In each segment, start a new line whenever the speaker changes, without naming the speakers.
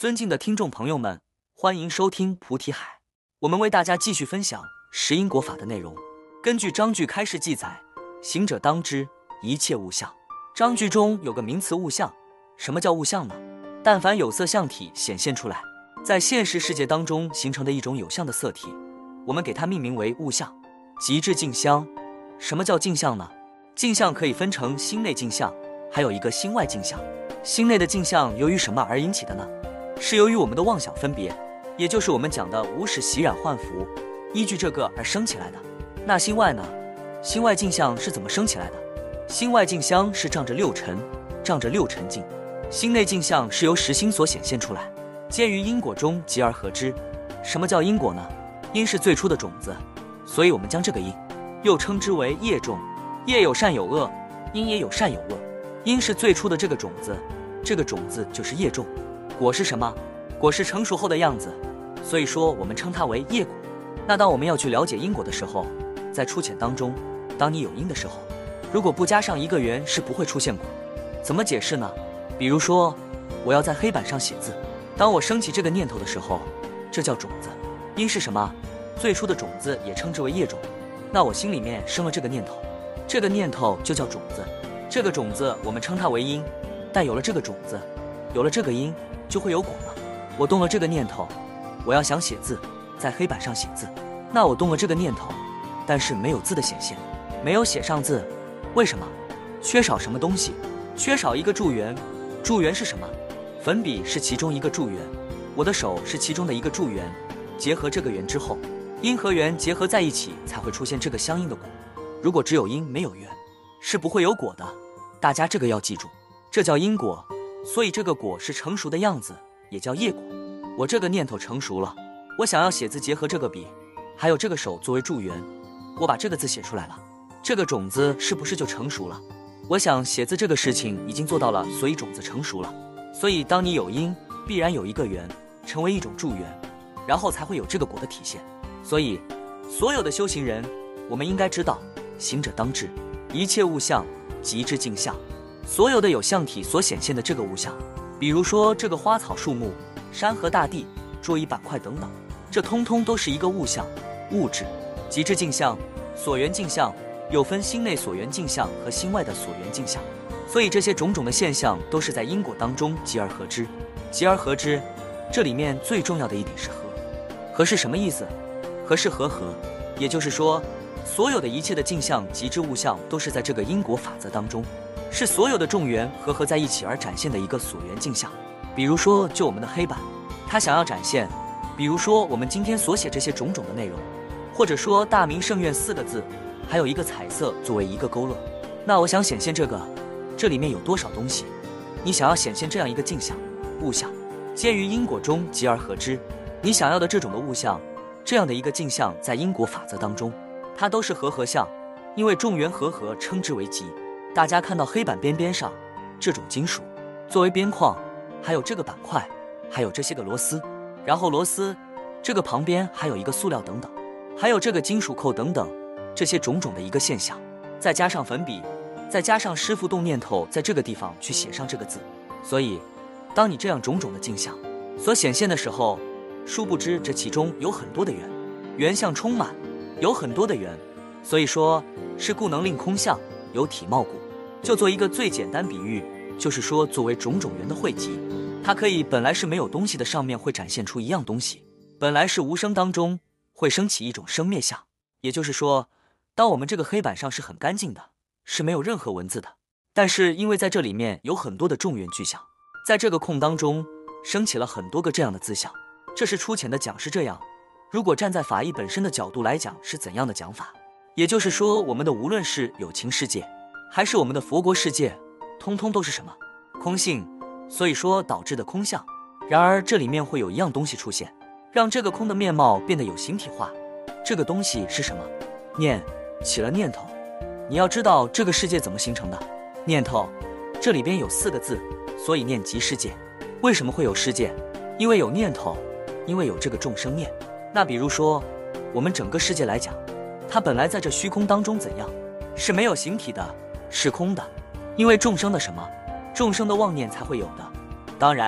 尊敬的听众朋友们，欢迎收听菩提海。我们为大家继续分享十因果法的内容。根据章句开示记载，行者当知一切物象。章句中有个名词物象。什么叫物象呢？但凡有色相体显现出来，在现实世界当中形成的一种有相的色体，我们给它命名为物象。即至镜像。什么叫镜像呢？镜像可以分成心内镜像，还有一个心外镜像。心内的镜像由于什么而引起的呢？是由于我们的妄想分别，也就是我们讲的无始习染幻浮，依据这个而生起来的。那心外呢？心外镜像是怎么生起来的？心外镜像是仗着六尘境。心内镜像是由实心所显现出来，见于因果中集而合之。什么叫因果呢？因是最初的种子，所以我们将这个因又称之为业种。业有善有恶，因也有善有恶。因是最初的这个种子，这个种子就是业种。果是什么？果是成熟后的样子，所以说我们称它为业果。那当我们要去了解因果的时候，在初浅当中，当你有因的时候，如果不加上一个缘，是不会出现果。怎么解释呢？比如说我要在黑板上写字，当我升起这个念头的时候，这叫种子。因是什么？最初的种子也称之为业种。那我心里面生了这个念头，这个念头就叫种子。这个种子我们称它为因。但有了这个种子，有了这个因，就会有果了。我动了这个念头，我要想写字，在黑板上写字，那我动了这个念头，但是没有字的显现，没有写上字。为什么？缺少什么东西？缺少一个助缘。助缘是什么？粉笔是其中一个助缘，我的手是其中的一个助缘。结合这个缘之后，因和缘结合在一起，才会出现这个相应的果。如果只有因没有缘，是不会有果的。大家这个要记住，这叫因果。所以这个果是成熟的样子，也叫业果。我这个念头成熟了，我想要写字，结合这个笔还有这个手作为助缘，我把这个字写出来了，这个种子是不是就成熟了？我想写字这个事情已经做到了，所以种子成熟了。所以当你有因，必然有一个缘，成为一种助缘，然后才会有这个果的体现。所以所有的修行人，我们应该知道，行者当知一切物象即至镜像。所有的有相体所显现的这个物象，比如说这个花草树木、山河大地、桌椅板块等等，这通通都是一个物象、物质。即至镜像、所缘镜像又分心内所缘镜像和心外的所缘镜像。所以这些种种的现象都是在因果当中集而合之。集而合之，这里面最重要的一点是合。合是什么意思？合是和合，也就是说所有的一切的镜像即至物象都是在这个因果法则当中，是所有的众缘合在一起而展现的一个所缘镜像。比如说就我们的黑板，它想要展现，比如说我们今天所写这些种种的内容，或者说大明圣愿4个字，还有一个彩色作为一个勾勒。那我想显现这个，这里面有多少东西？你想要显现这样一个镜像、物象，皆于因果中集而合之。你想要的这种的物象，这样的一个镜像，在因果法则当中，它都是合相，因为众缘合称之为集。大家看到黑板边上这种金属作为边框，还有这个板块，还有这些个螺丝，然后螺丝这个旁边还有一个塑料等等，还有这个金属扣等等，这些种种的一个现象，再加上粉笔，再加上师傅动念头在这个地方去写上这个字。所以当你这样种种的镜像所显现的时候，殊不知这其中有很多的缘，缘相充满，有很多的缘。所以说是故能令空相有体貌故。就做一个最简单比喻，就是说作为种种缘的汇集，它可以本来是没有东西的上面会展现出一样东西，本来是无声当中会升起一种生灭相。也就是说，当我们这个黑板上是很干净的，是没有任何文字的，但是因为在这里面有很多的众缘具象，在这个空当中升起了很多个这样的字象。这是粗浅的讲是这样。如果站在法义本身的角度来讲，是怎样的讲法？也就是说，我们的无论是有情世界还是我们的佛国世界，通通都是什么？空性。所以说导致的空相。然而这里面会有一样东西出现，让这个空的面貌变得有形体化。这个东西是什么？念。起了念头。你要知道这个世界怎么形成的？念头。这里边有4个字，所以念即世界。为什么会有世界？因为有念头，因为有这个众生念。那比如说我们整个世界来讲，它本来在这虚空当中怎样？是没有形体的，是空的。因为众生的什么？众生的妄念才会有的。当然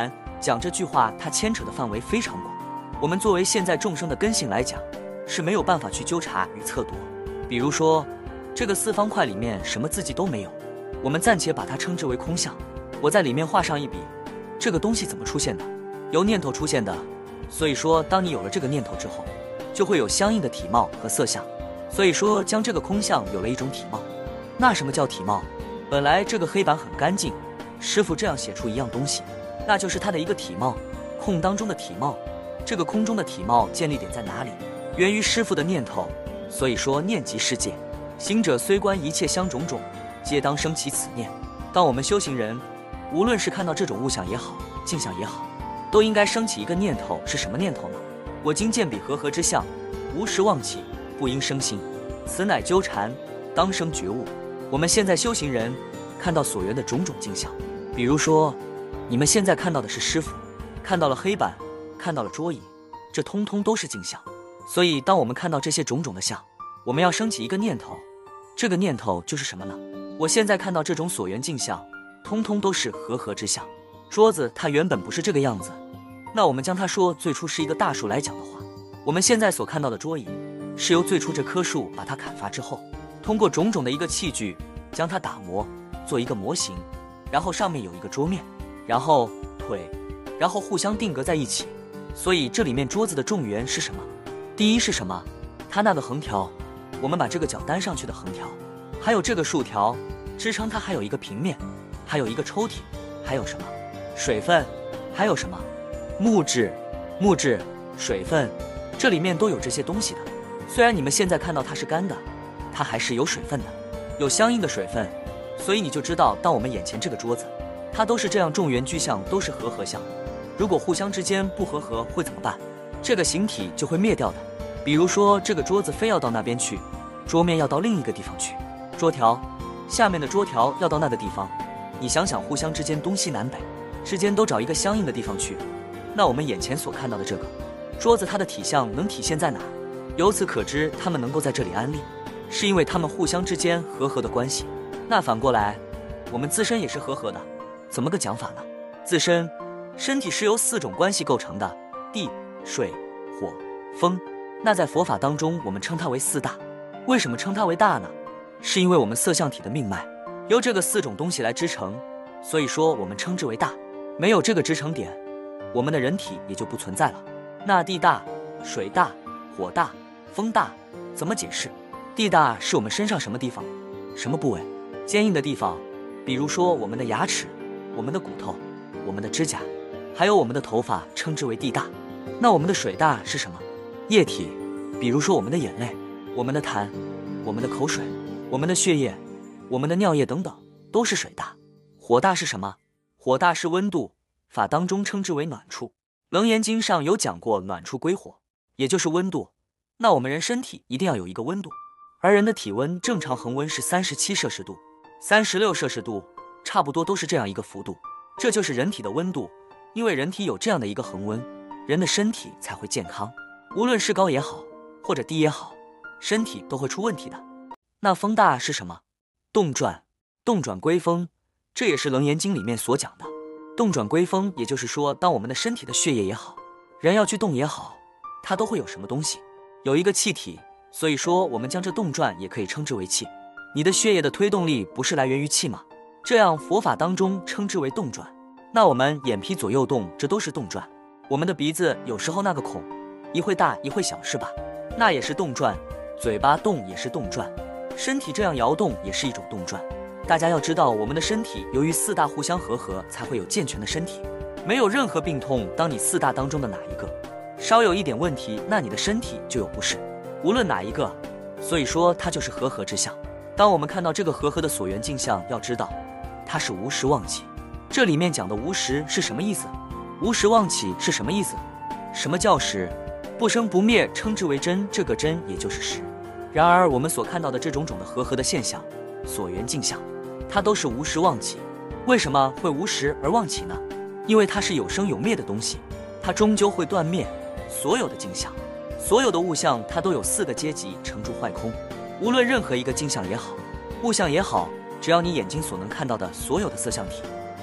讲这句话，它牵扯的范围非常广。我们作为现在众生的根性来讲，是没有办法去纠察与测度。比如说，这个四方块里面什么字迹都没有，我们暂且把它称之为空相。我在里面画上一笔，这个东西怎么出现的？由念头出现的。所以说，当你有了这个念头之后，就会有相应的体貌和色相。所以说，将这个空相有了一种体貌。那什么叫体貌？本来这个黑板很干净，师傅这样写出一样东西，那就是它的一个体貌。空当中的体貌，这个空中的体貌建立点在哪里？源于师傅的念头。所以说，念即世界。行者虽观一切相种种，皆当生起此念。当我们修行人，无论是看到这种物象也好，镜像也好，都应该升起一个念头。是什么念头呢？我今见彼和合之相，无时忘起，不应生心，此乃纠缠，当生觉悟。我们现在修行人看到所缘的种种镜像，比如说你们现在看到的是师傅，看到了黑板，看到了桌椅，这通通都是镜像。所以当我们看到这些种种的相，我们要升起一个念头。这个念头就是什么呢？我现在看到这种所缘镜像，通通都是和合之相。桌子它原本不是这个样子，那我们将它说最初是一个大树来讲的话，我们现在所看到的桌椅，是由最初这棵树把它砍伐之后，通过种种的一个器具将它打磨做一个模型，然后上面有一个桌面，然后腿，然后互相定格在一起。所以这里面桌子的重源是什么？第一是什么？它那个横条，我们把这个脚担上去的横条，还有这个竖条支撑它，还有一个平面，还有一个抽屉，还有什么？水分，还有什么？木质，水分，这里面都有这些东西的。虽然你们现在看到它是干的，它还是有水分的，有相应的水分。所以你就知道，当我们眼前这个桌子，它都是这样众缘具象，都是和合相。如果互相之间不和合会怎么办？这个形体就会灭掉的。比如说这个桌子非要到那边去，桌面要到另一个地方去，桌条下面的桌条要到那个地方。你想想，互相之间东西南北之间都找一个相应的地方去，那我们眼前所看到的这个桌子，它的体相能体现在哪？由此可知，它们能够在这里安立，是因为它们互相之间和合的关系。那反过来，我们自身也是和合的。怎么个讲法呢？自身身体是由4种关系构成的：地、水、火、风。那在佛法当中，我们称它为4大。为什么称它为大呢？是因为我们色相体的命脉由这个4种东西来支撑，所以说我们称之为大。没有这个支撑点，我们的人体也就不存在了。那地大、水大、火大、风大，怎么解释？地大是我们身上什么地方？什么部位？坚硬的地方，比如说我们的牙齿、我们的骨头、我们的指甲，还有我们的头发，称之为地大。那我们的水大是什么？液体，比如说我们的眼泪、我们的痰、我们的口水、我们的血液、我们的尿液等等，都是水大。火大是什么？火大是温度，法当中称之为暖处。楞严经上有讲过，暖处归火，也就是温度。那我们人身体一定要有一个温度，而人的体温正常恒温是37摄氏度、36摄氏度，差不多都是这样一个幅度。这就是人体的温度，因为人体有这样的一个恒温，人的身体才会健康。无论是高也好，或者低也好，身体都会出问题的。那风大是什么？动转，动转归风，这也是楞严经里面所讲的。动转归风，也就是说，当我们的身体的血液也好，人要去动也好，它都会有什么东西？有一个气体。所以说我们将这动转也可以称之为气。你的血液的推动力不是来源于气吗？这样佛法当中称之为动转。那我们眼皮左右动，这都是动转。我们的鼻子有时候那个孔一会大一会小，是吧？那也是动转。嘴巴动也是动转，身体这样摇动也是一种动转。大家要知道，我们的身体由于4大互相和合，才会有健全的身体，没有任何病痛。当你4大当中的哪一个稍有一点问题，那你的身体就有不适，无论哪一个。所以说它就是和合之相。当我们看到这个和合的所缘镜像，要知道它是无时忘起。这里面讲的无时是什么意思？无时忘起是什么意思？什么叫时？不生不灭，称之为真，这个真也就是时。然而我们所看到的这种种的和合的现象，所缘镜像，它都是无时忘起。为什么会无时而忘起呢？因为它是有生有灭的东西，它终究会断灭。所有的镜像，所有的物象，它都有4个阶级：成住坏空。无论任何一个镜像也好，物象也好，只要你眼睛所能看到的所有的色相体，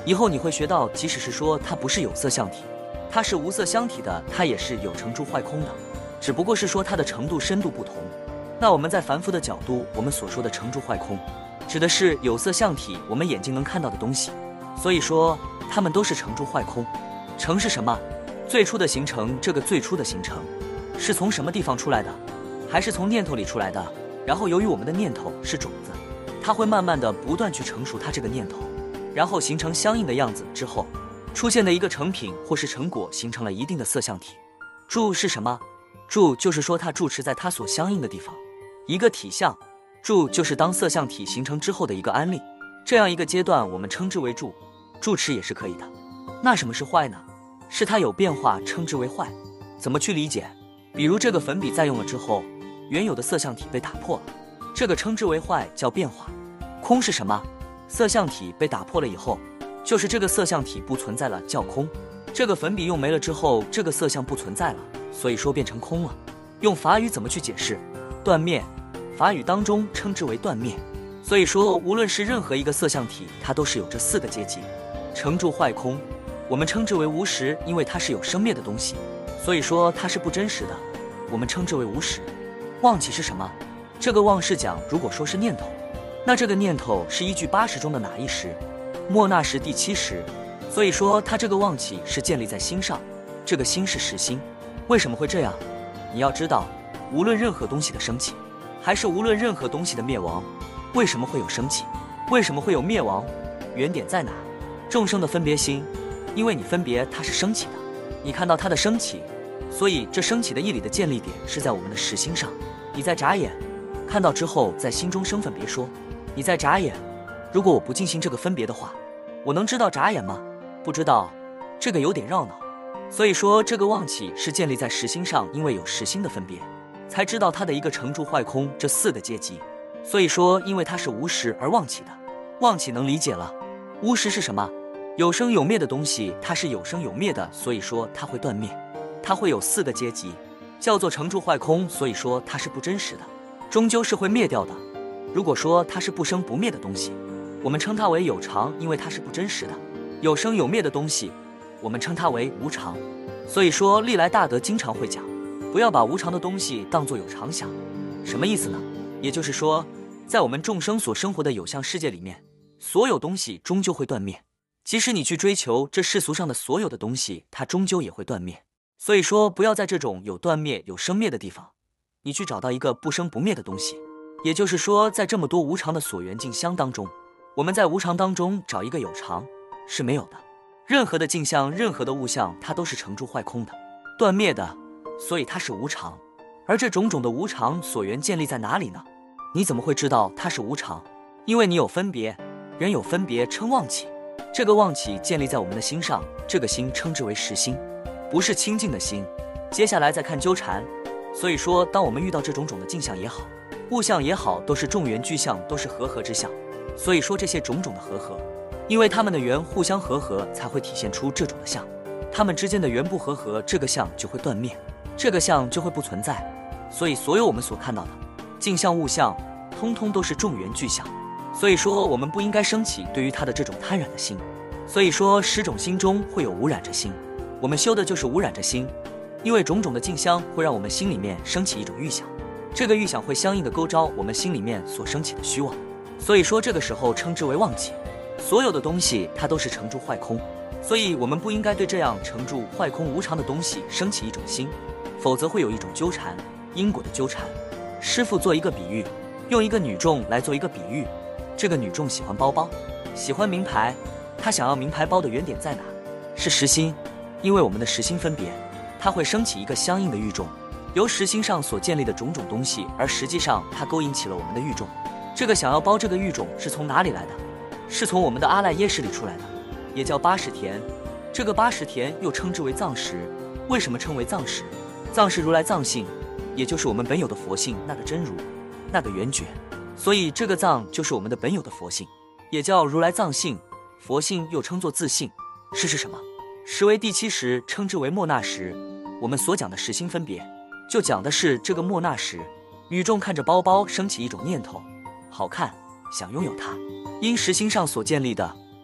以后你会学到，即使是说它不是有色相体，它是无色相体的，它也是有成住坏空的，只不过是说它的程度深度不同。那我们在凡夫的角度，我们所说的成住坏空，指的是有色相体，我们眼睛能看到的东西。所以说，它们都是成住坏空。成是什么？最初的形成，这个最初的形成是从什么地方出来的？还是从念头里出来的？然后由于我们的念头是种子，它会慢慢的不断去成熟它这个念头，然后形成相应的样子之后，出现的一个成品或是成果，形成了一定的色相体。住是什么？住就是说它住持在它所相应的地方，一个体相。住就是当色相体形成之后的一个安立，这样一个阶段我们称之为住，住持也是可以的。那什么是坏呢？是它有变化，称之为坏。怎么去理解？比如这个粉笔在用了之后，原有的色相体被打破了，这个称之为坏，叫变化。空是什么？色相体被打破了以后，就是这个色相体不存在了，叫空。这个粉笔用没了之后，这个色相不存在了，所以说变成空了。用法语怎么去解释？断灭，法语当中称之为断灭。所以说无论是任何一个色相体，它都是有这4个阶级。成住坏空，我们称之为无实，因为它是有生灭的东西，所以说它是不真实的，我们称之为无实。妄起是什么？这个妄是讲，如果说是念头，那这个念头是依据80中的哪一识？末那识第7识。所以说它这个妄起是建立在心上，这个心是实心。为什么会这样？你要知道，无论任何东西的升起，还是无论任何东西的灭亡，为什么会有升起？为什么会有灭亡？原点在哪？众生的分别心，因为你分别它是升起的，你看到它的升起，所以这升起的义理的建立点是在我们的实心上。你在眨眼看到之后，在心中生分别说，你在眨眼，如果我不进行这个分别的话，我能知道眨眼吗？不知道，这个有点绕脑。所以说这个妄起是建立在实心上，因为有实心的分别，才知道它的一个成住坏空这4个阶级。所以说因为它是无实而妄起的，妄起能理解了。无实是什么？有生有灭的东西，它是有生有灭的，所以说它会断灭，它会有4个阶级，叫做成住坏空。所以说它是不真实的，终究是会灭掉的。如果说它是不生不灭的东西，我们称它为有常，因为它是不真实的。有生有灭的东西，我们称它为无常。所以说历来大德经常会讲，不要把无常的东西当作有常想。什么意思呢？也就是说，在我们众生所生活的有相世界里面，所有东西终究会断灭，即使你去追求这世俗上的所有的东西，它终究也会断灭。所以说不要在这种有断灭有生灭的地方，你去找到一个不生不灭的东西。也就是说，在这么多无常的所缘境相当中，我们在无常当中找一个有常是没有的。任何的境象，任何的物象，它都是成住坏空的，断灭的，所以它是无常。而这种种的无常所缘建立在哪里呢？你怎么会知道它是无常？因为你有分别，人有分别称妄起，这个妄起建立在我们的心上，这个心称之为实心，不是清净的心。接下来再看纠缠。所以说当我们遇到这种种的境象也好，物象也好，都是众缘具象，都是和合之象。所以说这些种种的和合，因为它们的缘互相和合，才会体现出这种的相。它们之间的缘不和合，这个相就会断灭，这个相就会不存在。所以所有我们所看到的境象物象，通通都是众缘具象。所以说我们不应该升起对于它的这种贪染的心。所以说10种心中会有无染着心，我们修的就是无染着心。因为种种的境香会让我们心里面升起一种预想，这个预想会相应的勾招我们心里面所升起的虚妄。所以说这个时候称之为妄起。所有的东西它都是成住坏空，所以我们不应该对这样成住坏空无常的东西升起一种心，否则会有一种纠缠，因果的纠缠。师父做一个比喻，用一个女众来做一个比喻。这个女众喜欢包包，喜欢名牌，她想要名牌包的原点在哪？是实心。因为我们的实心分别，它会升起一个相应的欲众，由实心上所建立的种种东西，而实际上它勾引起了我们的欲众。这个想要包这个欲种是从哪里来的？是从我们的阿赖耶识里出来的，也叫八识田。这个八识田又称之为藏识。为什么称为藏识？藏是如来藏性，也就是我们本有的佛性，那个真如，那个圆觉。所以这个藏就是我们的本有的佛性，也叫如来藏性。佛性又称作自性。识是什么？识为第7识，称之为末那识。我们所讲的识心分别，就讲的是这个末那识。女众看着包包升起一种念头，好看，想拥有它，因识心上所建立的，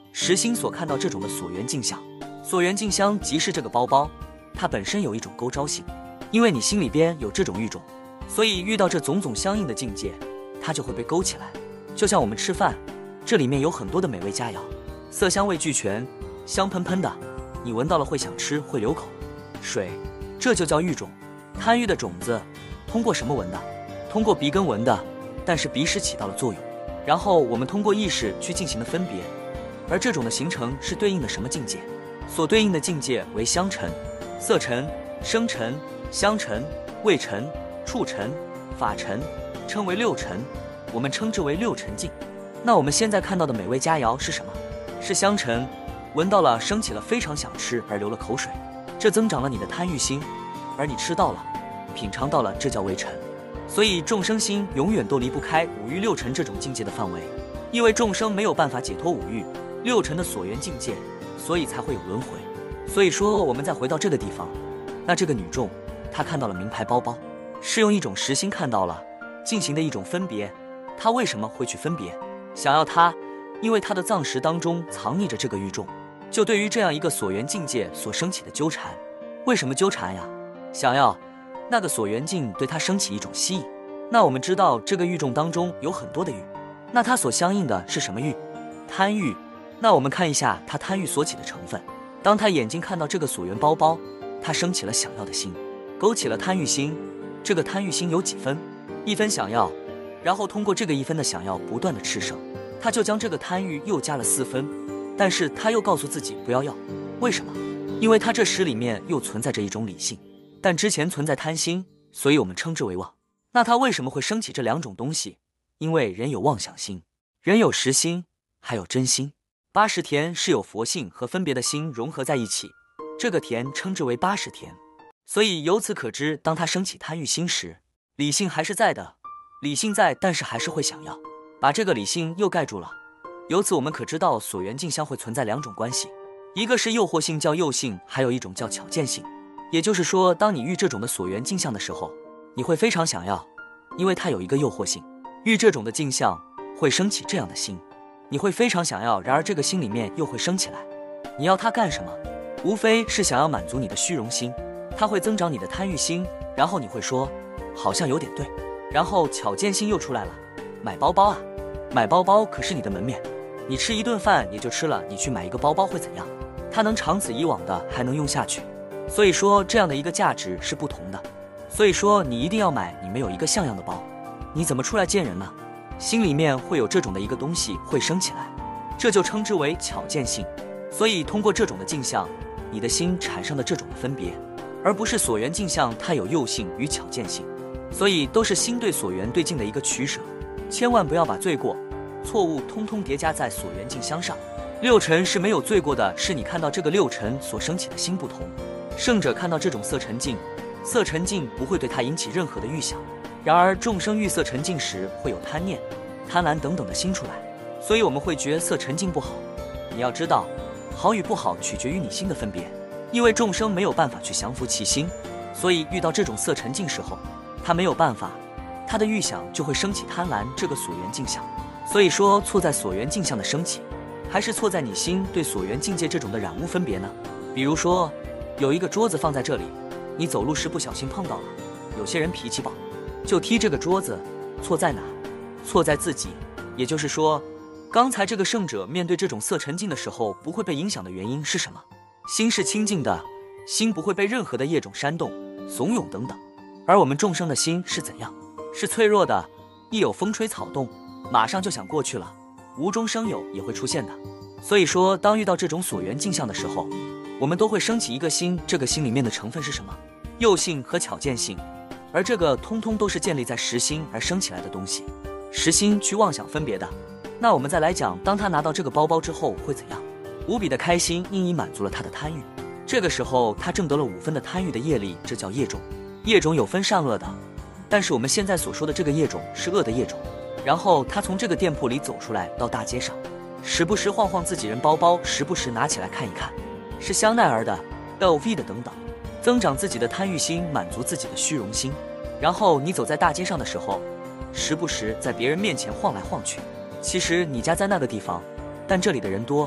实心所看到这种的所缘镜像。所缘镜像即是这个包包，它本身有一种勾招性，因为你心里边有这种欲种，所以遇到这种种相应的境界，它就会被勾起来。就像我们吃饭，这里面有很多的美味佳肴，色香味俱全，香喷喷的，你闻到了会想吃，会流口水，这就叫欲种。贪欲的种子通过什么闻的？通过鼻根闻的，但是鼻识起到了作用，然后我们通过意识去进行的分别，而这种的形成是对应的什么境界？所对应的境界为香尘、色尘、声尘、香尘、味尘、触尘、法尘，称为六尘，我们称之为六尘境。那我们现在看到的美味佳肴是什么？是香尘，闻到了升起了非常想吃而流了口水，这增长了你的贪欲心，而你吃到了，品尝到了，这叫味尘。所以众生心永远都离不开五欲六尘这种境界的范围，因为众生没有办法解脱五欲六尘的所缘境界，所以才会有轮回。所以说我们再回到这个地方，那这个女众她看到了名牌包包，是用一种实心看到了，进行的一种分别。她为什么会去分别想要它？因为她的藏识当中藏匿着这个欲众，就对于这样一个所缘境界所升起的纠缠。为什么纠缠呀？想要那个所缘境对它升起一种吸引。那我们知道这个欲众当中有很多的欲，那它所相应的是什么欲？贪欲。那我们看一下它贪欲所起的成分。当他眼睛看到这个所缘包包，他升起了想要的心，勾起了贪欲心。这个贪欲心有几分？1分想要，然后通过这个1分的想要不断的吃剩，他就将这个贪欲又加了4分，但是他又告诉自己不要。为什么？因为他这时里面又存在着一种理性，但之前存在贪心，所以我们称之为妄。那他为什么会升起这两种东西？因为人有妄想心，人有实心，还有真心。80田是有佛性和分别的心融合在一起，这个田称之为80田。所以由此可知，当他升起贪欲心时，理性还是在的，理性在，但是还是会想要，把这个理性又盖住了。由此我们可知道所缘镜相会存在两种关系，一个是诱惑性叫诱性，还有一种叫巧见性。也就是说，当你遇这种的所缘镜像的时候，你会非常想要，因为它有一个诱惑性。遇这种的镜像会升起这样的心，你会非常想要，然而这个心里面又会升起来，你要它干什么？无非是想要满足你的虚荣心，它会增长你的贪欲心，然后你会说好像有点对，然后巧见心又出来了，买包包啊，买包包可是你的门面，你吃一顿饭也就吃了，你去买一个包包会怎样？它能长此以往的还能用下去，所以说这样的一个价值是不同的。所以说你一定要买，你没有一个像样的包，你怎么出来见人呢？心里面会有这种的一个东西会升起来，这就称之为巧见性。所以通过这种的镜像，你的心产生的这种的分别，而不是所缘镜像它有诱性与巧见性，所以都是心对所缘对境的一个取舍。千万不要把罪过错误通通叠加在所缘镜相上。六尘是没有罪过的，是你看到这个六尘所升起的心不同。圣者看到这种色尘境，色尘境不会对他引起任何的预想，然而众生遇色尘境时会有贪念、贪婪等等的心出来，所以我们会觉色尘境不好。你要知道，好与不好取决于你心的分别，因为众生没有办法去降服其心，所以遇到这种色尘境时候，他没有办法，他的预想就会升起贪婪这个所缘镜像。所以说错在所缘镜像的升起，还是错在你心对所缘境界这种的染污分别呢？比如说有一个桌子放在这里，你走路时不小心碰到了，有些人脾气暴就踢这个桌子，错在哪？错在自己。也就是说，刚才这个圣者面对这种色尘境的时候不会被影响的原因是什么？心是清净的，心不会被任何的业种煽动、怂恿等等。而我们众生的心是怎样？是脆弱的，一有风吹草动马上就想过去了，无中生有也会出现的。所以说当遇到这种所缘镜像的时候，我们都会升起一个心，这个心里面的成分是什么？诱性和巧见性，而这个通通都是建立在实心而生起来的东西，实心去妄想分别的。那我们再来讲，当他拿到这个包包之后会怎样？无比的开心，因已满足了他的贪欲。这个时候他挣得了5分的贪欲的业力，这叫业种。业种有分善恶的，但是我们现在所说的这个业种是恶的业种。然后他从这个店铺里走出来，到大街上，时不时晃晃自己人包包，时不时拿起来看一看，是香奈儿的、LV 的等等，增长自己的贪欲心，满足自己的虚荣心。然后你走在大街上的时候，时不时在别人面前晃来晃去，其实你家在那个地方，但这里的人多，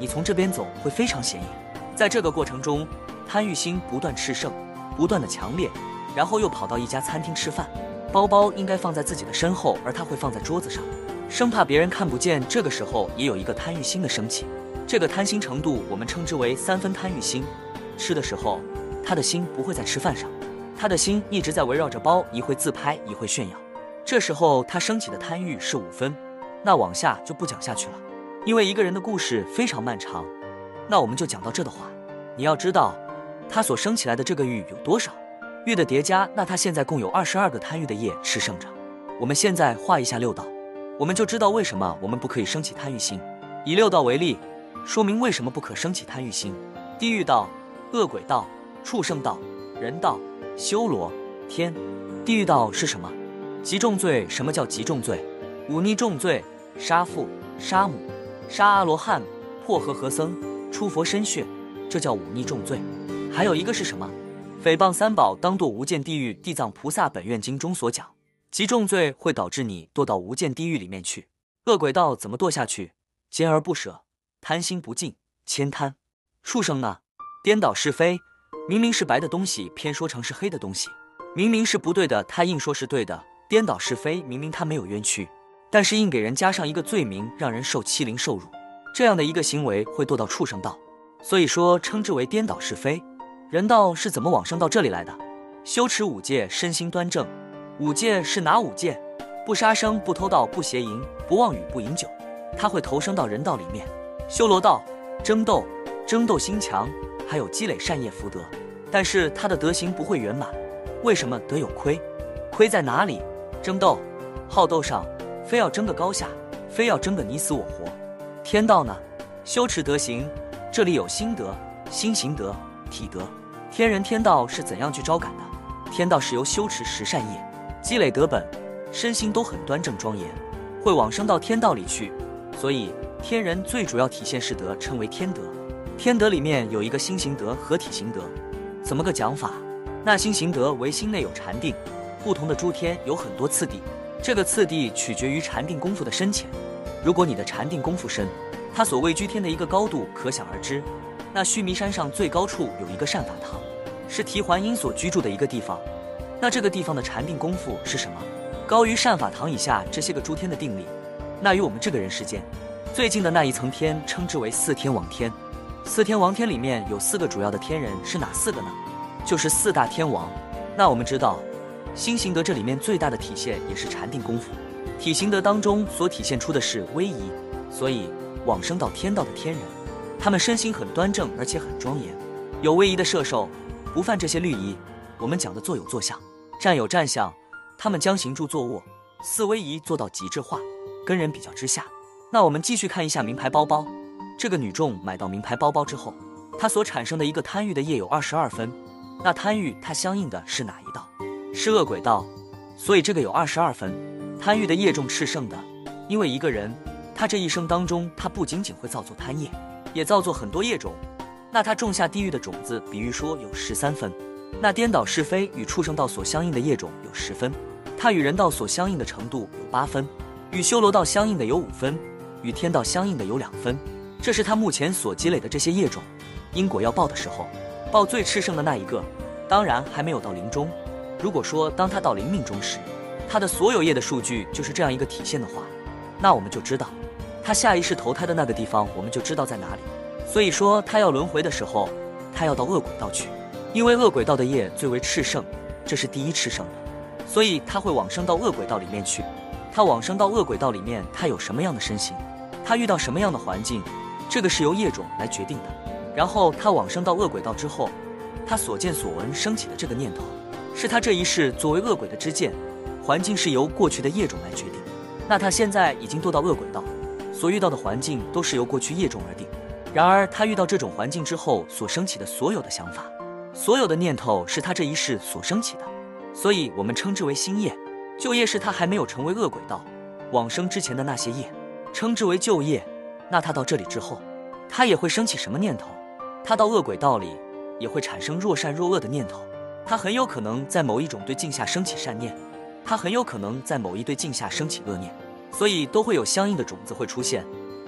你从这边走会非常显眼。在这个过程中，贪欲心不断炽盛，不断的强烈，然后又跑到一家餐厅吃饭，包包应该放在自己的身后，而他会放在桌子上，生怕别人看不见。这个时候也有一个贪欲心的升起，这个贪心程度我们称之为3分贪欲心。吃的时候，他的心不会在吃饭上，他的心一直在围绕着包，一会自拍，一会炫耀。这时候他升起的贪欲是5分，那往下就不讲下去了，因为一个人的故事非常漫长。那我们就讲到这的话，你要知道他所升起来的这个欲有多少，欲的叠加，那他现在共有22个贪欲的业炽盛着。我们现在画一下6道，我们就知道为什么我们不可以升起贪欲心。以6道为例，说明为什么不可升起贪欲心。地狱道、恶鬼道、畜生道、人道、修罗、天。地狱道是什么？极重罪。什么叫极重罪？忤逆重罪，杀父、杀母、杀阿罗汉、破和合僧、出佛身血，这叫忤逆重罪。还有一个是什么？诽谤三宝，当堕无间地狱。地藏菩萨本愿经中所讲，极重罪会导致你堕到无间地狱里面去。恶鬼道怎么堕下去？坚而不舍，贪心不尽，悭贪。畜生呢？颠倒是非，明明是白的东西偏说成是黑的东西，明明是不对的他硬说是对的，颠倒是非。明明他没有冤屈，但是硬给人加上一个罪名，让人受欺凌受辱，这样的一个行为会堕到畜生道，所以说称之为颠倒是非。人道是怎么往生到这里来的？修持5戒，身心端正。5戒是哪5戒？不杀生，不偷盗，不邪淫，不妄语，不饮酒。他会投生到人道里面。修罗道，争斗心强，还有积累善业福德，但是他的德行不会圆满。为什么？德有亏，亏在哪里？争斗，好斗上，非要争个高下，非要争个你死我活。天道呢？修持德行，这里有心德、心行德、体德。天人天道是怎样去招感的？天道是由修持十善业，积累德本，身心都很端正庄严，会往生到天道里去。所以天人最主要体现是德，称为天德。天德里面有一个心行德和体行德，怎么个讲法？那心行德为心内有禅定，不同的诸天有很多次第，这个次第取决于禅定功夫的深浅。如果你的禅定功夫深，它所位居天的一个高度可想而知。那须弥山上最高处有一个善法堂，是提桓因所居住的一个地方。那这个地方的禅定功夫是什么？高于善法堂以下这些个诸天的定力。那与我们这个人世间最近的那一层天，称之为4天王天。4天王天里面有4个主要的天人，是哪4个呢？就是4大天王。那我们知道，心行德这里面最大的体现也是禅定功夫，体行德当中所体现出的是威仪，所以往生到天道的天人，他们身心很端正，而且很庄严，有威仪的摄受，不犯这些律仪。我们讲的坐有坐相，站有站相，他们将行住坐卧4威仪做到极致化，跟人比较之下。那我们继续看一下名牌包包。这个女众买到名牌包包之后，她所产生的一个贪欲的业有22分。那贪欲它相应的是哪一道？是恶鬼道，所以这个有22分。贪欲的业重炽盛的，因为一个人他这一生当中，他不仅仅会造作贪业，也造作很多业种。那他种下地狱的种子，比喻说有13分。那颠倒是非与畜生道所相应的业种有10分，它与人道所相应的程度有8分，与修罗道相应的有5分，与天道相应的有2分。这是他目前所积累的这些业种，因果要报的时候，报最炽盛的那一个，当然还没有到临终。如果说当他到临命终时，他的所有业的数据就是这样一个体现的话，那我们就知道他下一世投胎的那个地方，我们就知道在哪里。所以说他要轮回的时候，他要到恶鬼道去，因为恶鬼道的业最为炽盛，这是第一炽盛的，所以他会往生到恶鬼道里面去。他往生到恶鬼道里面，他有什么样的身形，他遇到什么样的环境，这个是由业种来决定的。然后他往生到恶鬼道之后，他所见所闻升起的这个念头，是他这一世作为恶鬼的知见，环境是由过去的业种来决定。那他现在已经堕到恶鬼道，所遇到的环境都是由过去业种而定。然而他遇到这种环境之后所升起的所有的想法，所有的念头是他这一世所升起的，所以我们称之为新业。旧业是他还没有成为恶鬼道往生之前的那些业，称之为旧业。那他到这里之后，他也会升起什么念头？他到恶鬼道里也会产生若善若恶的念头。他很有可能在某一种对境下升起善念，他很有可能在某一对境下升起恶念，所以都会有相应的种子会出现。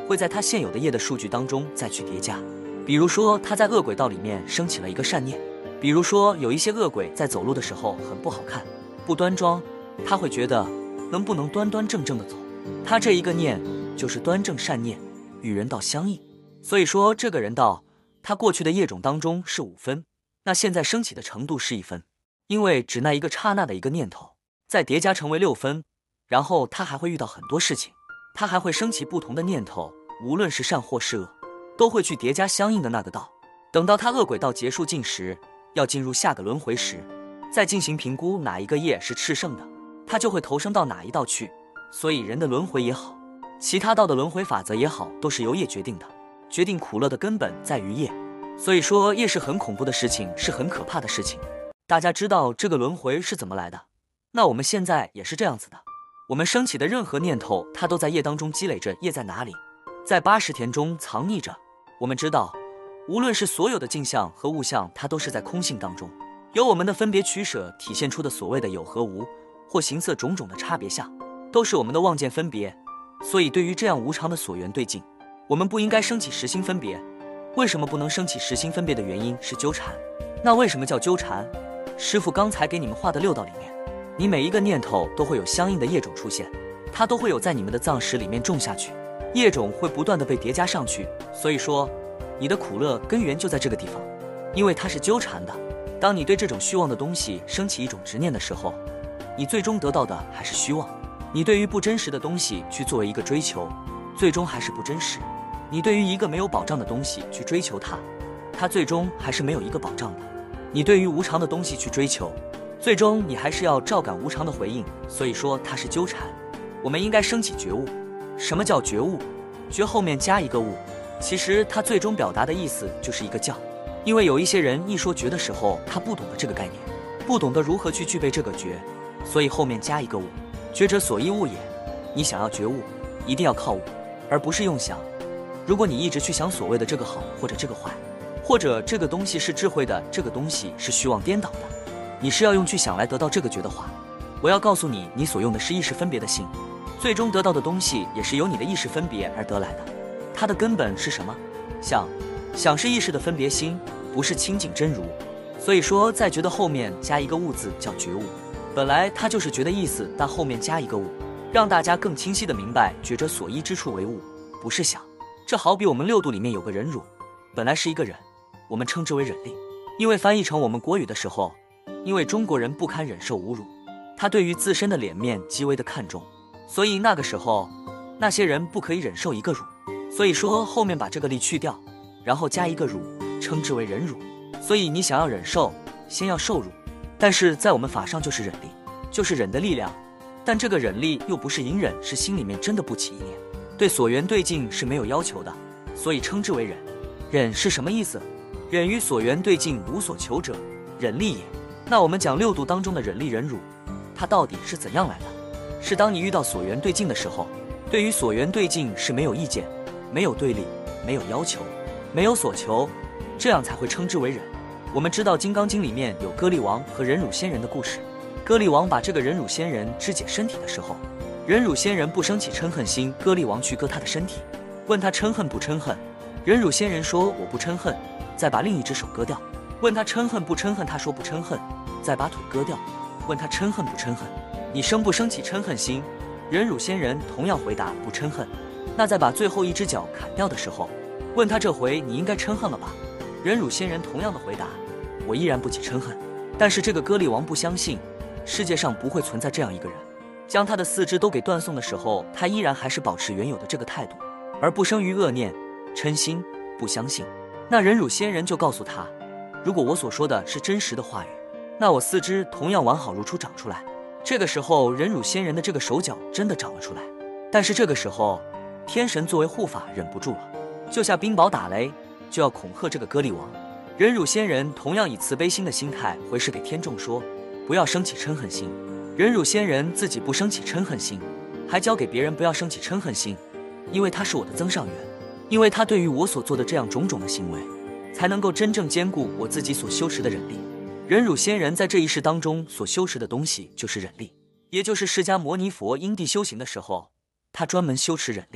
会在他现有的业的数据当中再去叠加。比如说他在恶鬼道里面升起了一个善念，比如说有一些恶鬼在走路的时候很不好看，不端庄，他会觉得能不能端端正正的走，他这一个念就是端正善念，与人道相应。所以说这个人道他过去的业种当中是5分，那现在升起的程度是1分，因为只那一个刹那的一个念头再叠加成为6分，然后他还会遇到很多事情，他还会升起不同的念头，无论是善或是恶，都会去叠加相应的那个道。等到他恶鬼道结束尽时，要进入下个轮回时，再进行评估哪一个业是炽盛的，他就会投生到哪一道去。所以人的轮回也好，其他道的轮回法则也好，都是由业决定的，决定苦乐的根本在于业。所以说业是很恐怖的事情，是很可怕的事情。大家知道这个轮回是怎么来的，那我们现在也是这样子的，我们升起的任何念头，它都在业当中积累着。业在哪里？在80田中藏匿着。我们知道无论是所有的镜像和物象，它都是在空性当中，由我们的分别取舍体现出的所谓的有和无，或形色种种的差别相，都是我们的妄见分别。所以对于这样无常的所缘对境，我们不应该升起实心分别。为什么不能升起实心分别的原因是纠缠。那为什么叫纠缠？师父刚才给你们画的6道里面，你每一个念头都会有相应的业种出现，它都会有在你们的藏识里面种下去，业种会不断的被叠加上去。所以说你的苦乐根源就在这个地方，因为它是纠缠的。当你对这种虚妄的东西升起一种执念的时候，你最终得到的还是虚妄。你对于不真实的东西去作为一个追求，最终还是不真实。你对于一个没有保障的东西去追求它，它最终还是没有一个保障的。你对于无常的东西去追求，最终你还是要照感无常的回应。所以说它是纠缠。我们应该升起觉悟。什么叫觉悟？觉后面加一个悟，其实它最终表达的意思就是一个教。因为有一些人一说觉的时候，他不懂得这个概念，不懂得如何去具备这个觉，所以后面加一个悟。觉者所依悟也。你想要觉悟，一定要靠悟，而不是用想。如果你一直去想所谓的这个好或者这个坏，或者这个东西是智慧的，这个东西是虚妄颠倒的，你是要用去想来得到这个觉的话，我要告诉你，你所用的是意识分别的心，最终得到的东西也是由你的意识分别而得来的。它的根本是什么？想是意识的分别心，不是清净真如。所以说在觉的后面加一个悟字叫觉悟，本来它就是觉的意思，但后面加一个悟，让大家更清晰的明白觉者所依之处为悟，不是想。这好比我们6度里面有个忍辱，本来是一个忍，我们称之为忍力。因为翻译成我们国语的时候，因为中国人不堪忍受侮辱，他对于自身的脸面极为的看重，所以那个时候那些人不可以忍受一个辱，所以说后面把这个力去掉，然后加一个辱，称之为忍辱。所以你想要忍受，先要受辱。但是在我们法上就是忍力，就是忍的力量，但这个忍力又不是隐忍，是心里面真的不起一念，对所缘对境是没有要求的，所以称之为忍。忍是什么意思？忍于所缘对境无所求者，忍力也。那我们讲6度当中的忍力忍辱，它到底是怎样来的？是当你遇到所缘对境的时候，对于所缘对境是没有意见，没有对立，没有要求，没有所求，这样才会称之为忍。我们知道《金刚经》里面有歌利王和忍辱仙人的故事。歌利王把这个忍辱仙人肢解身体的时候，忍辱仙人不生起嗔恨心，歌利王去割他的身体，问他嗔恨不嗔恨。忍辱仙人说我不嗔恨，再把另一只手割掉。问他嗔恨不嗔恨，他说不嗔恨，再把腿割掉。问他嗔恨不嗔恨，你生不生起嗔恨心？忍辱仙人同样回答不嗔恨。那再把最后一只脚砍掉的时候，问他这回你应该嗔恨了吧？忍辱仙人同样的回答，我依然不起嗔恨。但是这个歌利王不相信，世界上不会存在这样一个人，将他的4肢都给断送的时候，他依然还是保持原有的这个态度，而不生于恶念嗔心，不相信。那忍辱仙人就告诉他，如果我所说的是真实的话语，那我4肢同样完好如初长出来。这个时候忍辱仙人的这个手脚真的长了出来，但是这个时候天神作为护法忍不住了，就下冰雹打雷，就要恐吓这个歌利王。忍辱仙人同样以慈悲心的心态回示给天众说，不要生起嗔恨心。忍辱仙人自己不生起嗔恨心，还教给别人不要生起嗔恨心，因为他是我的增上缘，因为他对于我所做的这样种种的行为，才能够真正兼顾我自己所修持的忍力。忍辱仙人在这一世当中所修持的东西就是忍力，也就是释迦牟尼佛因地修行的时候，他专门修持忍力。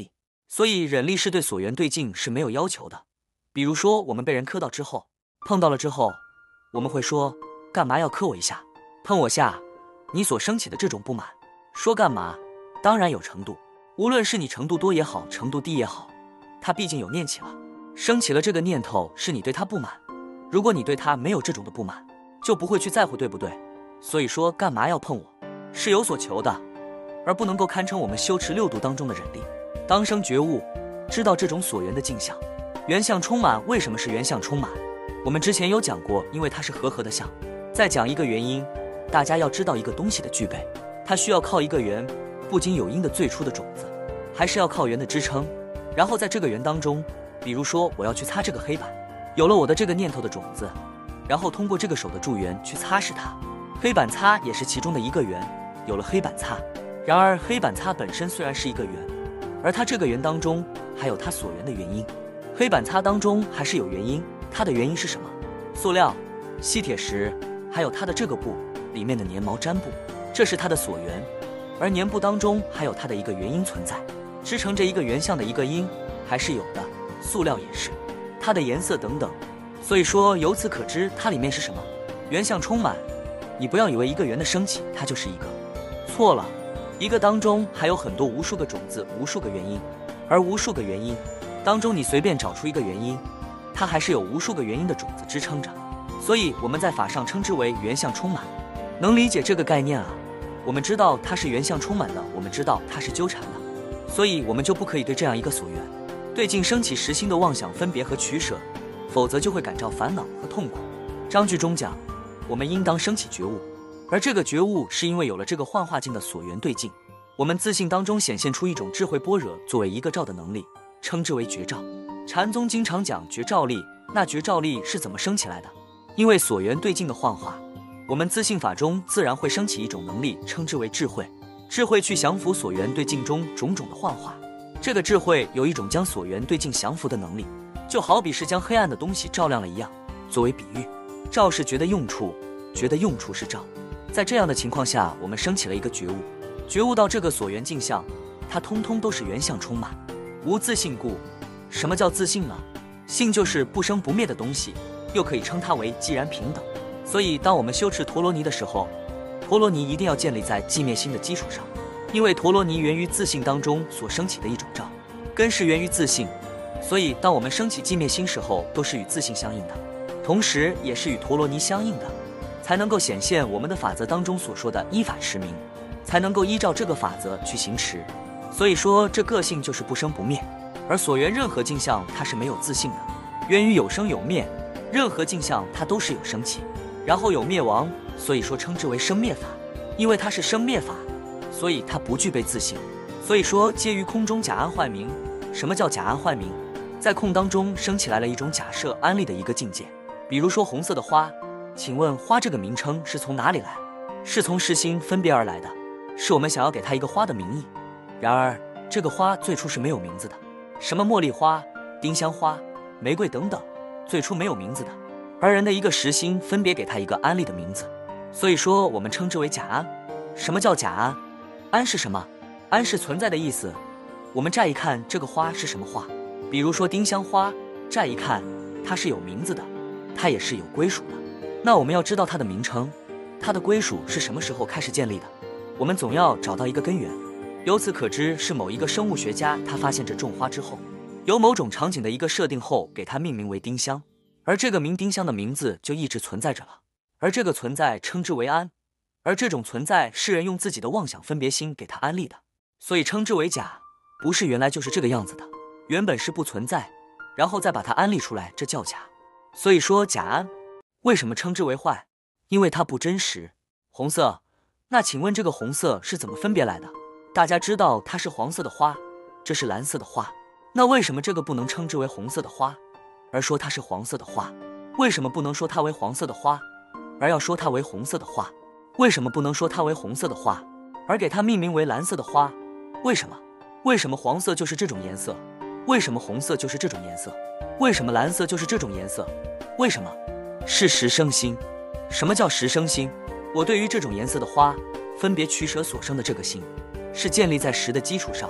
所以忍力是对所缘对境是没有要求的。比如说我们被人磕到之后，碰到了之后，我们会说干嘛要磕我一下，碰我下，你所升起的这种不满，说干嘛，当然有程度，无论是你程度多也好，程度低也好，他毕竟有念起了，升起了这个念头是你对他不满，如果你对他没有这种的不满，就不会去在乎，对不对？所以说干嘛要碰我，是有所求的，而不能够堪称我们修持6度当中的忍力。当生觉悟，知道这种所缘的镜像，缘相充满。为什么是缘相充满？我们之前有讲过，因为它是和的相。再讲一个原因，大家要知道一个东西的具备，它需要靠一个缘，不仅有因的最初的种子，还是要靠缘的支撑。然后在这个缘当中，比如说我要去擦这个黑板，有了我的这个念头的种子，然后通过这个手的助缘去擦拭它，黑板擦也是其中的一个缘，有了黑板擦。然而黑板擦本身虽然是一个缘，而它这个缘当中还有它所缘的原因。黑板擦当中还是有原因，它的原因是什么？塑料、吸铁石，还有它的这个布里面的粘毛毡布，这是它的所缘。而粘布当中还有它的一个原因存在，支撑着一个原相的一个因还是有的。塑料也是，它的颜色等等。所以说由此可知它里面是什么？缘相充满。你不要以为一个缘的升起它就是一个，错了，一个当中还有很多无数个种子，无数个原因，而无数个原因当中你随便找出一个原因，它还是有无数个原因的种子支撑着。所以我们在法上称之为缘相充满。能理解这个概念啊？我们知道它是缘相充满的，我们知道它是纠缠的，所以我们就不可以对这样一个所缘对境升起实心的妄想分别和取舍，否则就会感召烦恼和痛苦。章句中讲，我们应当升起觉悟，而这个觉悟是因为有了这个幻化境的所缘对境，我们自信当中显现出一种智慧般若作为一个照的能力，称之为觉照。禅宗经常讲觉照力，那觉照力是怎么升起来的？因为所缘对境的幻化，我们自信法中自然会升起一种能力，称之为智慧。智慧去降服所缘对境中种种的幻化，这个智慧有一种将所缘对境降服的能力，就好比是将黑暗的东西照亮了一样。作为比喻，照是觉的用处，觉的用处是照。在这样的情况下，我们升起了一个觉悟，觉悟到这个所缘镜像，它通通都是缘相充满，无自性故。什么叫自性呢？性就是不生不灭的东西，又可以称它为既然平等。所以当我们修持陀罗尼的时候，陀罗尼一定要建立在寂灭心的基础上，因为陀罗尼源于自性当中所升起的一种照，根是源于自性，所以当我们升起寂灭心时候，都是与自性相应的，同时也是与陀罗尼相应的，才能够显现我们的法则当中所说的依法持名，才能够依照这个法则去行持。所以说这个性就是不生不灭，而所缘任何镜像它是没有自性的，源于有生有灭，任何镜像它都是有升起，然后有灭亡，所以说称之为生灭法。因为它是生灭法，所以它不具备自性，所以说皆于空中假安幻名。什么叫假安幻名？在空当中升起来了一种假设安立的一个境界。比如说红色的花，请问花这个名称是从哪里来？是从实心分别而来的，是我们想要给它一个花的名义。然而这个花最初是没有名字的，什么茉莉花、丁香花、玫瑰等等，最初没有名字的，而人的一个实心分别给它一个安立的名字，所以说我们称之为假安。什么叫假安？安是什么？安是存在的意思。我们乍一看这个花是什么花，比如说丁香花，乍一看它是有名字的，它也是有归属的。那我们要知道它的名称，它的归属是什么时候开始建立的，我们总要找到一个根源。由此可知，是某一个生物学家他发现这种花之后，有某种场景的一个设定后，给它命名为丁香，而这个名丁香的名字就一直存在着了，而这个存在称之为安，而这种存在是人用自己的妄想分别心给它安立的，所以称之为假，不是原来就是这个样子的，原本是不存在，然后再把它安立出来，这叫假。所以说假安为什么称之为坏？因为它不真实。红色，那请问这个红色是怎么分别来的？大家知道它是黄色的花，这是蓝色的花，那为什么这个不能称之为红色的花，而说它是黄色的花？为什么不能说它为黄色的花，而要说它为红色的花？为什么不能说它为红色的花，而给它命名为蓝色的花？为什么？为什么黄色就是这种颜色？为什么红色就是这种颜色？为什么蓝色就是这种颜色？为什么？是实生心。什么叫实生心？我对于这种颜色的花分别取舍所生的这个心，是建立在实的基础上，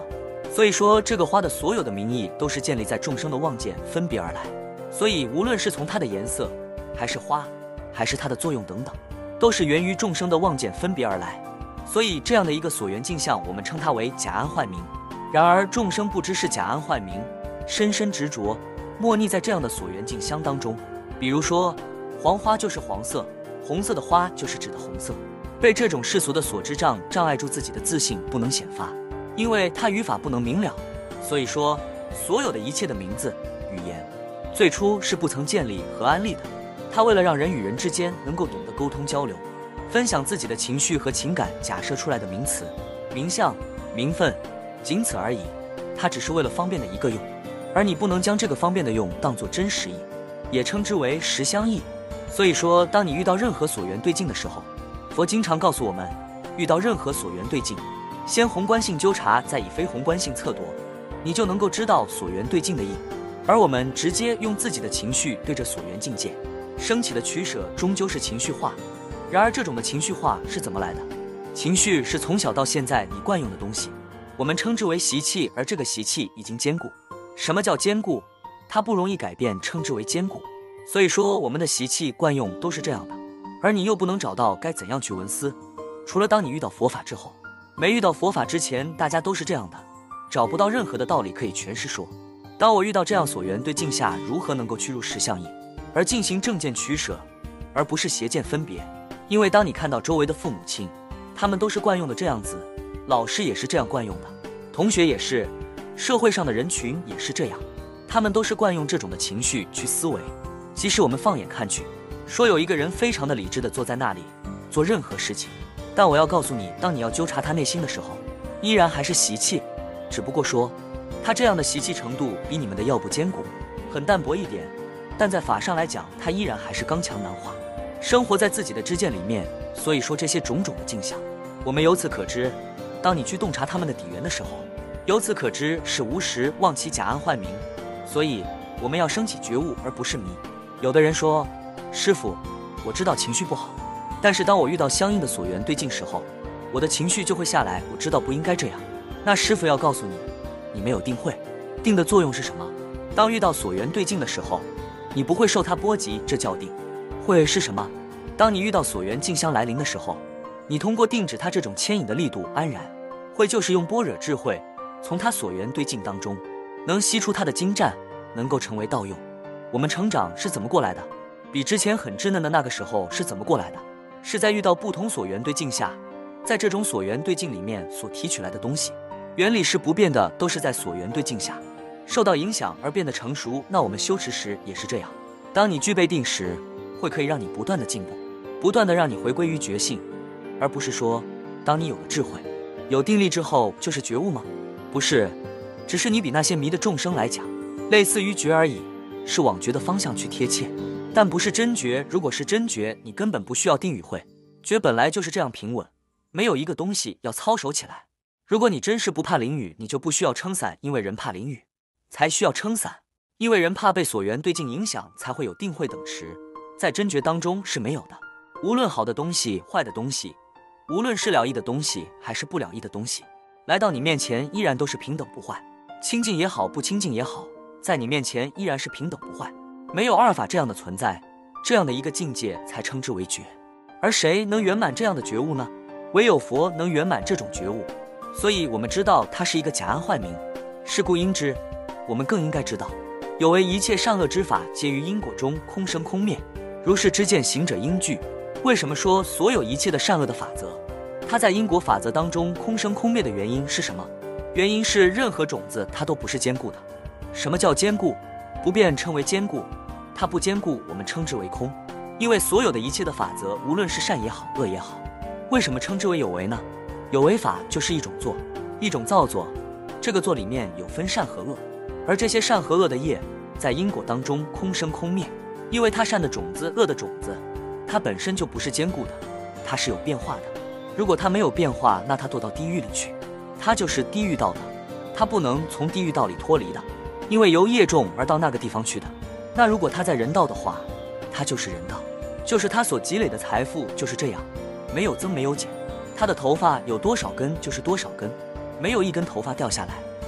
所以说，这个花的所有的名义都是建立在众生的妄见分别而来。所以，无论是从它的颜色，还是花，还是它的作用等等，都是源于众生的妄见分别而来。所以，这样的一个所缘镜像，我们称它为假暗幻明。然而，众生不知是假暗幻明，深深执着，默溺在这样的所缘镜相当中。比如说，黄花就是黄色，红色的花就是指的红色，被这种世俗的所知障碍住自己的自信不能显发，因为它语法不能明了。所以说，所有的一切的名字、语言，最初是不曾建立和安立的。它为了让人与人之间能够懂得沟通交流，分享自己的情绪和情感，假设出来的名词、名相、名分，仅此而已。它只是为了方便的一个用，而你不能将这个方便的用当作真实义，也称之为实相义。所以说，当你遇到任何所缘对境的时候，佛经常告诉我们，遇到任何所缘对境，先宏观性纠察，再以非宏观性测度，你就能够知道所缘对境的义。而我们直接用自己的情绪对着所缘境界升起的取舍，终究是情绪化。然而这种的情绪化是怎么来的？情绪是从小到现在你惯用的东西，我们称之为习气，而这个习气已经坚固。什么叫坚固？它不容易改变，称之为坚固。所以说，我们的习气惯用都是这样的，而你又不能找到该怎样去闻思。除了当你遇到佛法之后，没遇到佛法之前，大家都是这样的，找不到任何的道理可以诠释说，当我遇到这样所缘对境下，如何能够趋入实相义，而进行正见取舍，而不是邪见分别。因为当你看到周围的父母亲，他们都是惯用的这样子，老师也是这样惯用的，同学也是，社会上的人群也是这样，他们都是惯用这种的情绪去思维。即使我们放眼看去，说有一个人非常的理智的坐在那里做任何事情，但我要告诉你，当你要纠察他内心的时候，依然还是习气，只不过说他这样的习气程度比你们的要不坚固，很淡薄一点，但在法上来讲，他依然还是刚强难化，生活在自己的知见里面。所以说这些种种的镜像，我们由此可知，当你去洞察他们的底源的时候，由此可知是无实忘其假暗幻明。所以我们要升起觉悟，而不是迷。有的人说，师父，我知道情绪不好，但是当我遇到相应的所缘对境时候，我的情绪就会下来，我知道不应该这样。那师父要告诉你，你没有定慧。定的作用是什么？当遇到所缘对境的时候，你不会受它波及，这叫定。慧是什么？当你遇到所缘境相来临的时候，你通过定止它这种牵引的力度安然。慧就是用般若智慧，从它所缘对境当中能吸出它的精湛，能够成为道用。我们成长是怎么过来的？比之前很稚嫩的那个时候是怎么过来的？是在遇到不同所缘对境下，在这种所缘对境里面所提取来的东西，原理是不变的，都是在所缘对境下受到影响而变得成熟。那我们修持时也是这样，当你具备定时，会可以让你不断的进步，不断的让你回归于觉性，而不是说当你有了智慧有定力之后就是觉悟吗？不是，只是你比那些迷的众生来讲类似于觉而已，是往觉的方向去贴切，但不是真觉。如果是真觉，你根本不需要定与慧，觉本来就是这样平稳，没有一个东西要操守起来。如果你真是不怕淋雨，你就不需要撑伞，因为人怕淋雨才需要撑伞，因为人怕被所缘对境影响才会有定慧等持，在真觉当中是没有的。无论好的东西坏的东西，无论是了义的东西还是不了义的东西，来到你面前依然都是平等不坏，清净也好不清净也好，在你面前依然是平等不坏，没有二法这样的存在，这样的一个境界才称之为觉。而谁能圆满这样的觉悟呢？唯有佛能圆满这种觉悟。所以我们知道它是一个假暗幻明，是故应知。我们更应该知道，有为一切善恶之法皆于因果中空生空灭，如是知见行者应具。为什么说所有一切的善恶的法则，它在因果法则当中空生空灭的原因是什么？原因是任何种子它都不是坚固的。什么叫坚固？不变称为坚固，它不坚固我们称之为空。因为所有的一切的法则，无论是善也好恶也好，为什么称之为有为呢？有为法就是一种作，一种造作，这个作里面有分善和恶，而这些善和恶的业在因果当中空生空灭。因为它善的种子恶的种子，它本身就不是坚固的，它是有变化的。如果它没有变化，那它堕到地狱里去，它就是地狱道的，它不能从地狱道里脱离的，因为由业重而到那个地方去的。那如果它在人道的话，它就是人道，就是它所积累的财富就是这样，没有增没有减。他的头发有多少根就是多少根，没有一根头发掉下来，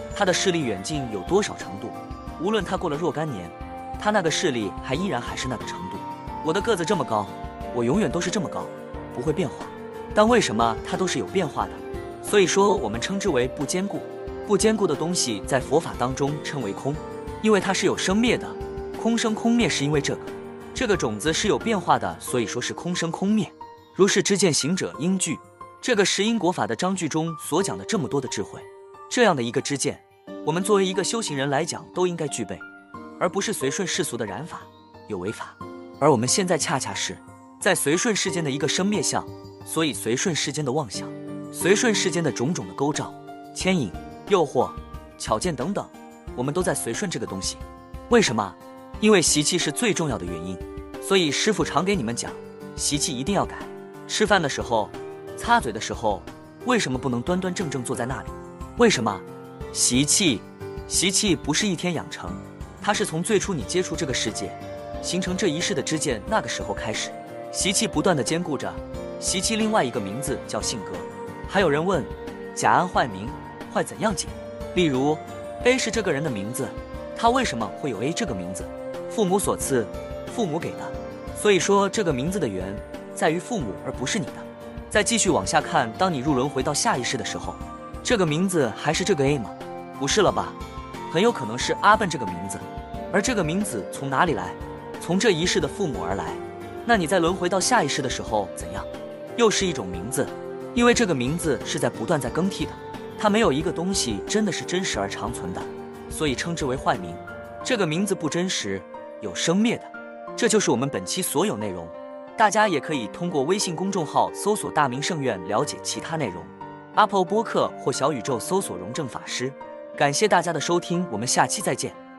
他的势力远近有多少程度，无论他过了若干年，他那个势力依然还是那个程度。我的个子这么高，我永远都是这么高，不会变化。但为什么它都是有变化的？所以说我们称之为不坚固。不坚固的东西在佛法当中称为空，因为它是有生灭的。空生空灭是因为这个种子是有变化的，所以说是空生空灭。如是知见行者应具。这个十因果法的章句中所讲的这么多的智慧，这样的一个知见，我们作为一个修行人来讲都应该具备，而不是随顺世俗的染法有为法。而我们现在恰恰是在随顺世间的一个生灭相，所以随顺世间的妄想，随顺世间的种种的勾照、牵引、诱惑、巧见等等，我们都在随顺这个东西。为什么？因为习气是最重要的原因。所以师父常给你们讲，习气一定要改。吃饭的时候，擦嘴的时候，为什么不能端端正正坐在那里？为什么？习气不是一天养成，它是从最初你接触这个世界，形成这一世的知见，那个时候开始，习气不断的坚固着。习气另外一个名字叫性格。还有人问，假安坏名，坏怎样解？例如 A 是这个人的名字，他为什么会有 A 这个名字？父母所赐，父母给的。所以说这个名字的源在于父母，而不是你的。再继续往下看，当你入轮回到下一世的时候，这个名字还是这个 A 吗？不是了吧？很有可能是阿笨这个名字。而这个名字从哪里来？从这一世的父母而来。那你在轮回到下一世的时候怎样？又是一种名字，因为这个名字是在不断在更替的，它没有一个东西真的是真实而长存的，所以称之为坏名。这个名字不真实，有生灭的。这就是我们本期所有内容，大家也可以通过微信公众号搜索大明圣院了解其他内容， Apple 播客或小宇宙搜索荣正法师。感谢大家的收听，我们下期再见。